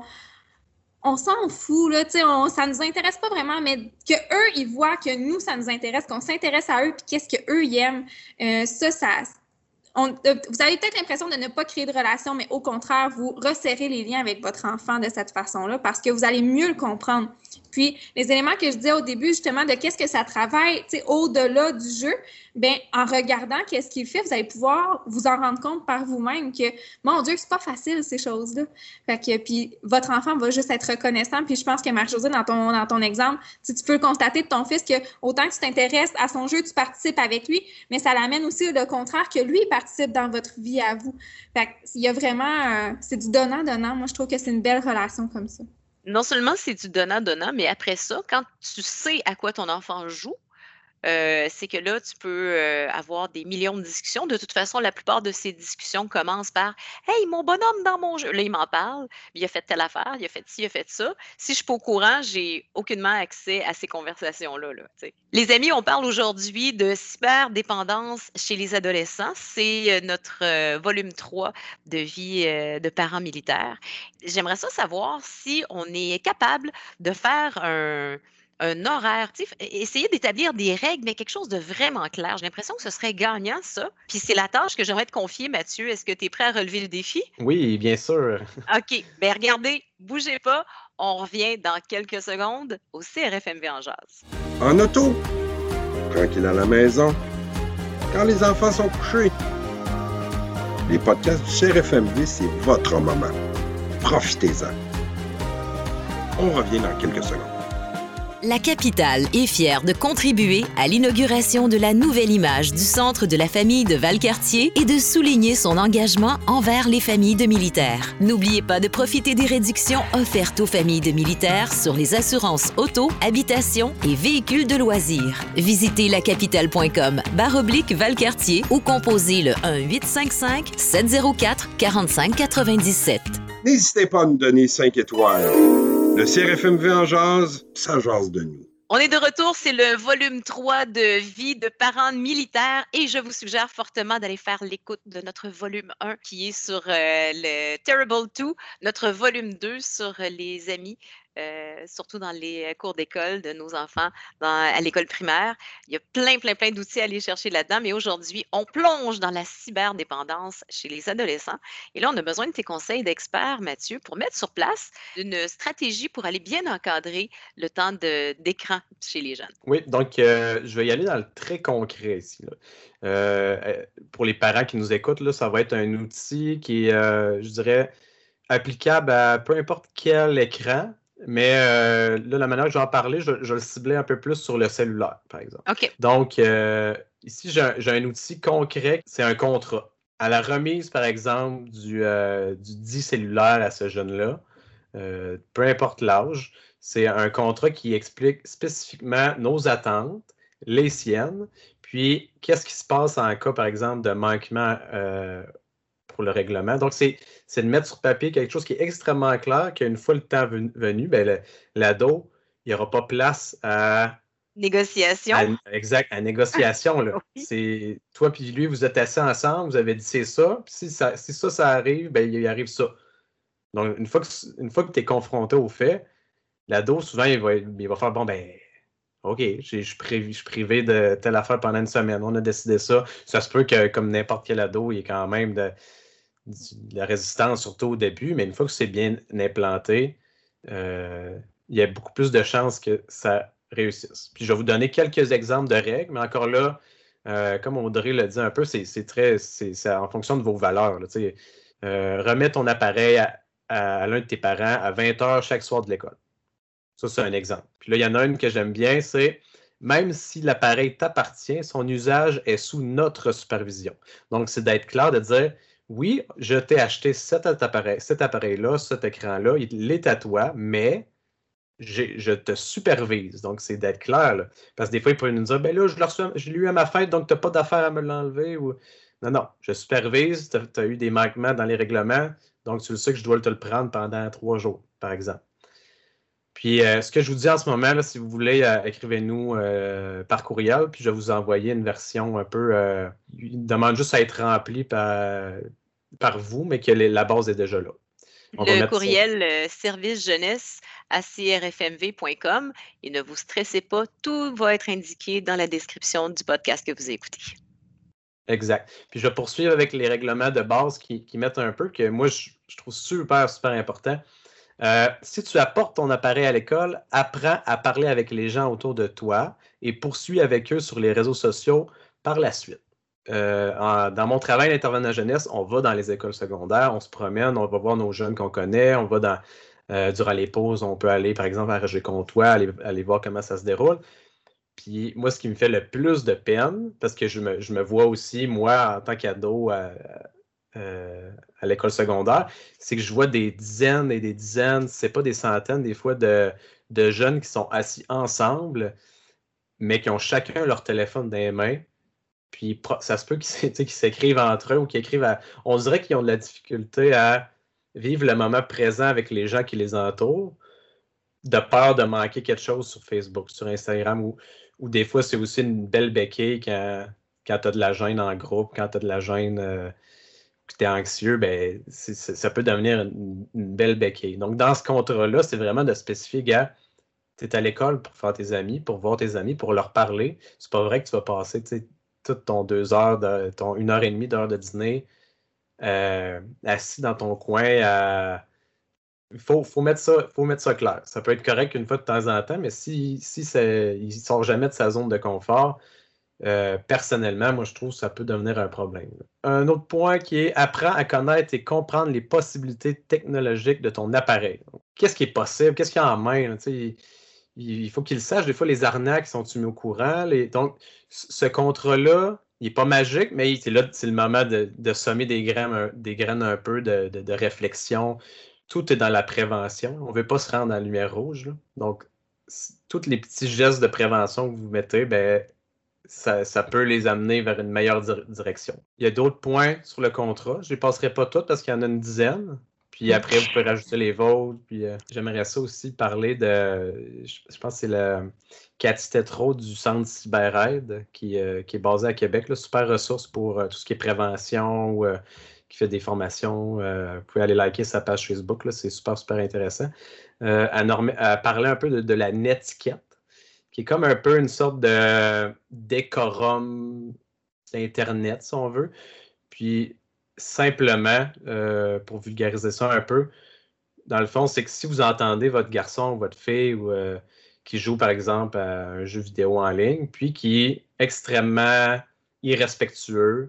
D: on s'en fout, là, tu sais, on, ça ne nous intéresse pas vraiment, mais qu'eux, ils voient que nous, ça nous intéresse, qu'on s'intéresse à eux, puis qu'est-ce qu'eux, ils aiment, euh, ça, ça... On, vous avez peut-être l'impression de ne pas créer de relation, mais au contraire, vous resserrez les liens avec votre enfant de cette façon-là parce que vous allez mieux le comprendre. Puis, les éléments que je disais au début, justement, de qu'est-ce que ça travaille, tu sais, au-delà du jeu, bien, en regardant qu'est-ce qu'il fait, vous allez pouvoir vous en rendre compte par vous-même que, mon Dieu, c'est pas facile, ces choses-là. Fait que, puis, votre enfant va juste être reconnaissant. Puis, je pense que, Marie-Josée, dans ton, dans ton exemple, tu, tu peux le constater de ton fils que, autant que tu t'intéresses à son jeu, tu participes avec lui, mais ça l'amène aussi le contraire que lui participe dans votre vie à vous. Fait qu'il y a vraiment, euh, c'est du donnant-donnant. Moi, je trouve que c'est une belle relation comme ça.
B: Non seulement c'est du donnant-donnant, mais après ça, quand tu sais à quoi ton enfant joue, euh, c'est que là, tu peux euh, avoir des millions de discussions. De toute façon, la plupart de ces discussions commencent par « Hey, mon bonhomme dans mon jeu! » Là, il m'en parle. Il a fait telle affaire, il a fait ci, il a fait ça. Si je ne suis pas au courant, j'ai aucunement accès à ces conversations-là. Là, les amis, on parle aujourd'hui de cyberdépendance chez les adolescents. C'est notre euh, volume trois de vie euh, de parents militaires. J'aimerais ça savoir si on est capable de faire un... un horaire, tu sais, essayer d'établir des règles, mais quelque chose de vraiment clair. J'ai l'impression que ce serait gagnant, ça. Puis c'est la tâche que j'aimerais te confier, Mathieu. Est-ce que tu es prêt à relever le défi?
C: Oui, bien sûr.
B: OK. Bien, regardez, bougez pas. On revient dans quelques secondes au C R F M V en jazz.
A: En auto, tranquille à la maison, quand les enfants sont couchés. Les podcasts du C R F M V, c'est votre moment. Profitez-en. On revient dans quelques secondes.
E: La capitale est fière de contribuer à l'inauguration de la nouvelle image du Centre de la famille de Valcartier et de souligner son engagement envers les familles de militaires. N'oubliez pas de profiter des réductions offertes aux familles de militaires sur les assurances auto, habitation et véhicules de loisirs. Visitez lacapitale.com barre oblique Valcartier ou composez le un huit cinq cinq sept zéro quatre quarante-cinq quatre-vingt-dix-sept.
A: N'hésitez pas à nous donner cinq étoiles. Le C R F M V en jase, ça jase de nous.
B: On est de retour, c'est le volume trois de Vie de parents militaires et je vous suggère fortement d'aller faire l'écoute de notre volume un qui est sur euh, le Terrible deux, notre volume deux sur les amis, euh, surtout dans les cours d'école de nos enfants dans, à l'école primaire. Il y a plein, plein, plein d'outils à aller chercher là-dedans, mais aujourd'hui, on plonge dans la cyberdépendance chez les adolescents. Et là, on a besoin de tes conseils d'experts, Mathieu, pour mettre sur place une stratégie pour aller bien encadrer le temps de, d'écran chez les jeunes.
C: Oui, donc euh, je vais y aller dans le très concret ici. Là. Euh, pour les parents qui nous écoutent, là, ça va être un outil qui est, euh, je dirais, applicable à peu importe quel écran. Mais euh, là, la manière que je vais en parler, je, je le ciblais un peu plus sur le cellulaire, par exemple.
B: OK.
C: Donc, euh, ici, j'ai un, j'ai un outil concret, c'est un contrat. À la remise, par exemple, du, euh, du dit cellulaire à ce jeune-là, euh, peu importe l'âge, c'est un contrat qui explique spécifiquement nos attentes, les siennes, puis qu'est-ce qui se passe en cas, par exemple, de manquement euh, pour le règlement. Donc, c'est, c'est de mettre sur papier quelque chose qui est extrêmement clair, qu'une fois le temps venu, ben, le, l'ado, il n'y aura pas place à...
B: Négociation.
C: À, exact, à négociation. Là. Oui. C'est, toi puis lui, vous êtes assis ensemble, vous avez dit c'est ça, puis si ça, si ça, ça arrive, ben, il arrive ça. Donc, une fois que, une fois que tu es confronté au fait, l'ado, souvent, il va, il va faire, bon, ben, OK, je suis privé, privé de telle affaire pendant une semaine, on a décidé ça. Ça se peut que, comme n'importe quel ado, il y ait quand même de, de la résistance, surtout au début, mais une fois que c'est bien implanté, euh, il y a beaucoup plus de chances que ça réussisse. Puis, je vais vous donner quelques exemples de règles, mais encore là, euh, comme Audrey l'a dit un peu, c'est, c'est très, c'est, c'est en fonction de vos valeurs. Là, euh, remets ton appareil à, à, à l'un de tes parents à vingt heures chaque soir de l'école. Ça, c'est un exemple. Puis là, il y en a une que j'aime bien, c'est même si l'appareil t'appartient, son usage est sous notre supervision. Donc, c'est d'être clair, de dire, oui, je t'ai acheté cet appareil, cet appareil-là, cet écran-là, il est à toi, mais j'ai, je te supervise. Donc, c'est d'être clair. Là. Parce que des fois, ils peuvent nous dire, ben là, je l'ai reçu, je l'ai eu à ma fête, donc tu n'as pas d'affaire à me l'enlever. Ou... Non, non, je supervise, tu as eu des manquements dans les règlements, donc tu le sais que je dois te le prendre pendant trois jours, par exemple. Puis, euh, ce que je vous dis en ce moment, là, si vous voulez, euh, écrivez-nous euh, par courriel, puis je vais vous envoyer une version un peu... Euh, il demande juste à être rempli par, par vous, mais que les, la base est déjà là.
B: On le courriel euh, service jeunesse à c r f m v point com et ne vous stressez pas, tout va être indiqué dans la description du podcast que vous écoutez.
C: Exact. Puis, je vais poursuivre avec les règlements de base qui, qui mettent un peu, que moi, je, je trouve super, super important. Euh, si tu apportes ton appareil à l'école, apprends à parler avec les gens autour de toi et poursuis avec eux sur les réseaux sociaux par la suite. Euh, en, dans mon travail d'intervenant jeunesse, on va dans les écoles secondaires, on se promène, on va voir nos jeunes qu'on connaît, on va dans, euh, durant les pauses, on peut aller par exemple à Roger-Comtois, aller, aller voir comment ça se déroule. Puis moi, ce qui me fait le plus de peine, parce que je me, je me vois aussi, moi, en tant qu'ado, à, Euh, à l'école secondaire, c'est que je vois des dizaines et des dizaines, c'est pas des centaines des fois, de, de jeunes qui sont assis ensemble, mais qui ont chacun leur téléphone dans les mains. Puis ça se peut qu'ils, qu'ils s'écrivent entre eux ou qu'ils écrivent à... On dirait qu'ils ont de la difficulté à vivre le moment présent avec les gens qui les entourent, de peur de manquer quelque chose sur Facebook, sur Instagram, ou, ou des fois, c'est aussi une belle béquille quand, quand tu as de la gêne en groupe, quand tu as de la gêne... Euh, que tu es anxieux, ben, c'est, c'est, ça peut devenir une, une belle béquille. Donc, dans ce contrat-là, c'est vraiment de spécifier, gars, tu es à l'école pour faire tes amis, pour voir tes amis, pour leur parler. C'est pas vrai que tu vas passer toute ton deux heures, de, ton une heure et demie d'heure de dîner euh, assis dans ton coin. À... Il faut, faut, mettre ça, faut mettre ça clair. Ça peut être correct une fois de temps en temps, mais si, si il ne sort jamais de sa zone de confort, Euh, personnellement, moi, je trouve que ça peut devenir un problème. Un autre point qui est apprends à connaître et comprendre les possibilités technologiques de ton appareil. Donc, qu'est-ce qui est possible? Qu'est-ce qu'il y a en main? Il, il faut qu'ils le sachent. Des fois, les arnaques sont mis au courant. Les... Donc, ce contrat-là, il n'est pas magique, mais c'est là, c'est le moment de, de semer des graines, des graines un peu de, de, de réflexion. Tout est dans la prévention. On ne veut pas se rendre dans la lumière rouge. Là. Donc, tous les petits gestes de prévention que vous mettez, ben, ça, ça peut les amener vers une meilleure dir- direction. Il y a d'autres points sur le contrat. Je ne les passerai pas tous parce qu'il y en a une dizaine. Puis après, vous pouvez rajouter les vôtres. Puis euh, j'aimerais ça aussi parler de, je, je pense que c'est le Cathy Tétrault du Centre CyberAide qui, euh, qui est basé à Québec. Là, super ressource pour euh, tout ce qui est prévention ou euh, qui fait des formations. Euh, vous pouvez aller liker sa page Facebook. Là, c'est super, super intéressant. Euh, à, normer, à parler un peu de, de la netiquette, qui est comme un peu une sorte de décorum d'Internet, si on veut. Puis, simplement, euh, pour vulgariser ça un peu, dans le fond, c'est que si vous entendez votre garçon ou votre fille ou, euh, qui joue, par exemple, à un jeu vidéo en ligne, puis qui est extrêmement irrespectueux,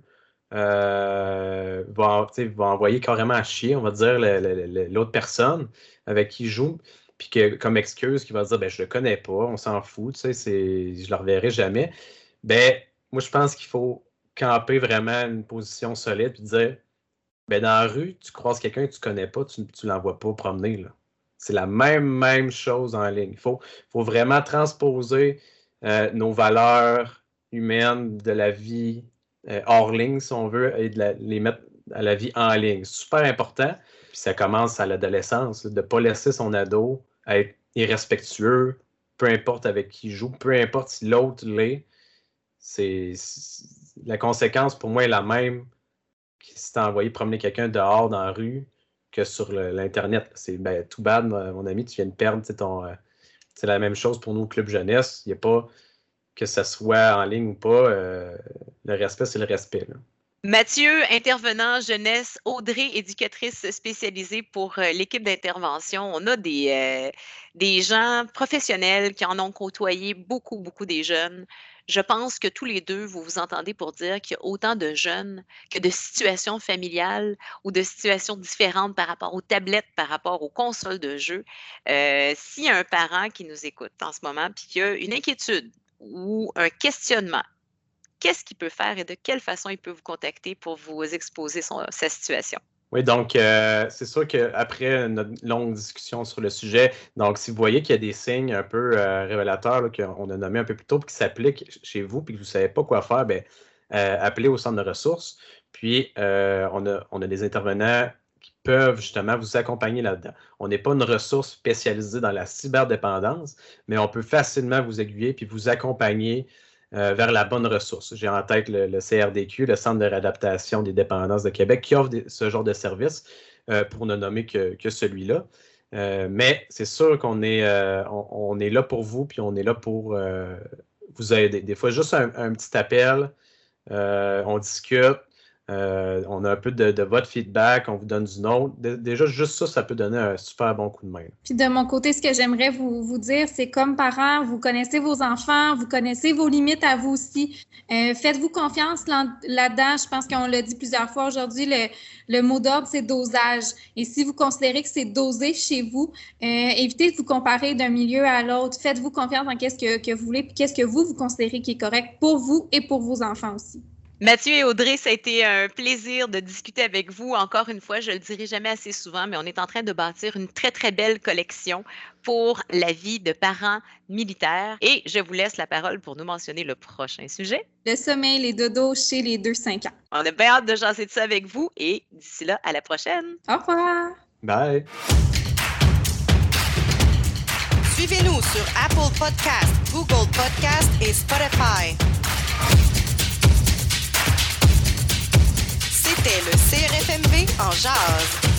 C: euh, va, va envoyer carrément à chier, on va dire, le, le, le, l'autre personne avec qui il joue, puis que, comme excuse, qui va dire ben, « je le connais pas, on s'en fout, tu sais, c'est, je le reverrai jamais », ben moi, je pense qu'il faut camper vraiment une position solide puis dire ben dans la rue, tu croises quelqu'un que tu connais pas, tu ne l'envoies pas promener. Là. C'est la même, même chose en ligne. Il faut, faut vraiment transposer euh, nos valeurs humaines de la vie euh, hors ligne, si on veut, et de la, les mettre à la vie en ligne. C'est super important. Puis ça commence à l'adolescence, de ne pas laisser son ado être irrespectueux, peu importe avec qui il joue, peu importe si l'autre l'est. C'est, c'est, la conséquence, pour moi, est la même que si tu as envoyé promener quelqu'un dehors dans la rue que sur le, l'Internet. C'est ben, tout bad, mon ami, tu viens de perdre ton... Euh, c'est la même chose pour nous au Club Jeunesse. Il n'y a pas que ça soit en ligne ou pas. Euh, le respect, c'est le respect. Là.
B: Mathieu, intervenant jeunesse, Audrey, éducatrice spécialisée pour euh, l'équipe d'intervention. On a des, euh, des gens professionnels qui en ont côtoyé beaucoup, beaucoup des jeunes. Je pense que tous les deux, vous vous entendez pour dire qu'il y a autant de jeunes que de situations familiales ou de situations différentes par rapport aux tablettes, par rapport aux consoles de jeux. Euh, s'il y a un parent qui nous écoute en ce moment puis qui a une inquiétude ou un questionnement, qu'est-ce qu'il peut faire et de quelle façon il peut vous contacter pour vous exposer son, sa situation?
C: Oui, donc euh, c'est sûr qu'après notre longue discussion sur le sujet, donc si vous voyez qu'il y a des signes un peu euh, révélateurs là, qu'on a nommés un peu plus tôt, puis qui s'appliquent chez vous, puis que vous ne savez pas quoi faire, bien, euh, appelez au centre de ressources. Puis euh, on, a, on a des intervenants qui peuvent justement vous accompagner là-dedans. On n'est pas une ressource spécialisée dans la cyberdépendance, mais on peut facilement vous aiguiller puis vous accompagner Euh, vers la bonne ressource. J'ai en tête le, le C R D Q, le Centre de réadaptation des dépendances de Québec, qui offre des, ce genre de service euh, pour ne nommer que, que celui-là. Euh, mais c'est sûr qu'on est, euh, on, on est là pour vous, puis on est là pour euh, vous aider. Des fois, juste un, un petit appel, euh, on discute, euh, on a un peu de, de votre feedback, on vous donne du nôtre. De, déjà, juste ça, ça peut donner un super bon coup de main.
D: Puis de mon côté, ce que j'aimerais vous, vous dire, c'est comme parents, vous connaissez vos enfants, vous connaissez vos limites à vous aussi. Euh, faites-vous confiance là, là-dedans. Je pense qu'on l'a dit plusieurs fois aujourd'hui, le, le mot d'ordre, c'est dosage. Et si vous considérez que c'est dosé chez vous, euh, évitez de vous comparer d'un milieu à l'autre. Faites-vous confiance en qu'est-ce que, que vous voulez, puis qu'est-ce que vous, vous considérez qui est correct pour vous et pour vos enfants aussi.
B: Mathieu et Audrey, ça a été un plaisir de discuter avec vous. Encore une fois, je ne le dirai jamais assez souvent, mais on est en train de bâtir une très, très belle collection pour la vie de parents militaires. Et je vous laisse la parole pour nous mentionner le prochain sujet.
D: Le sommeil, les dodos chez les deux cinq ans.
B: On a bien hâte de jaser de ça avec vous et d'ici là, à la prochaine.
D: Au revoir!
C: Bye!
F: Suivez-nous sur Apple Podcast, Google Podcast et Spotify. C'était le C R F M V en jazz.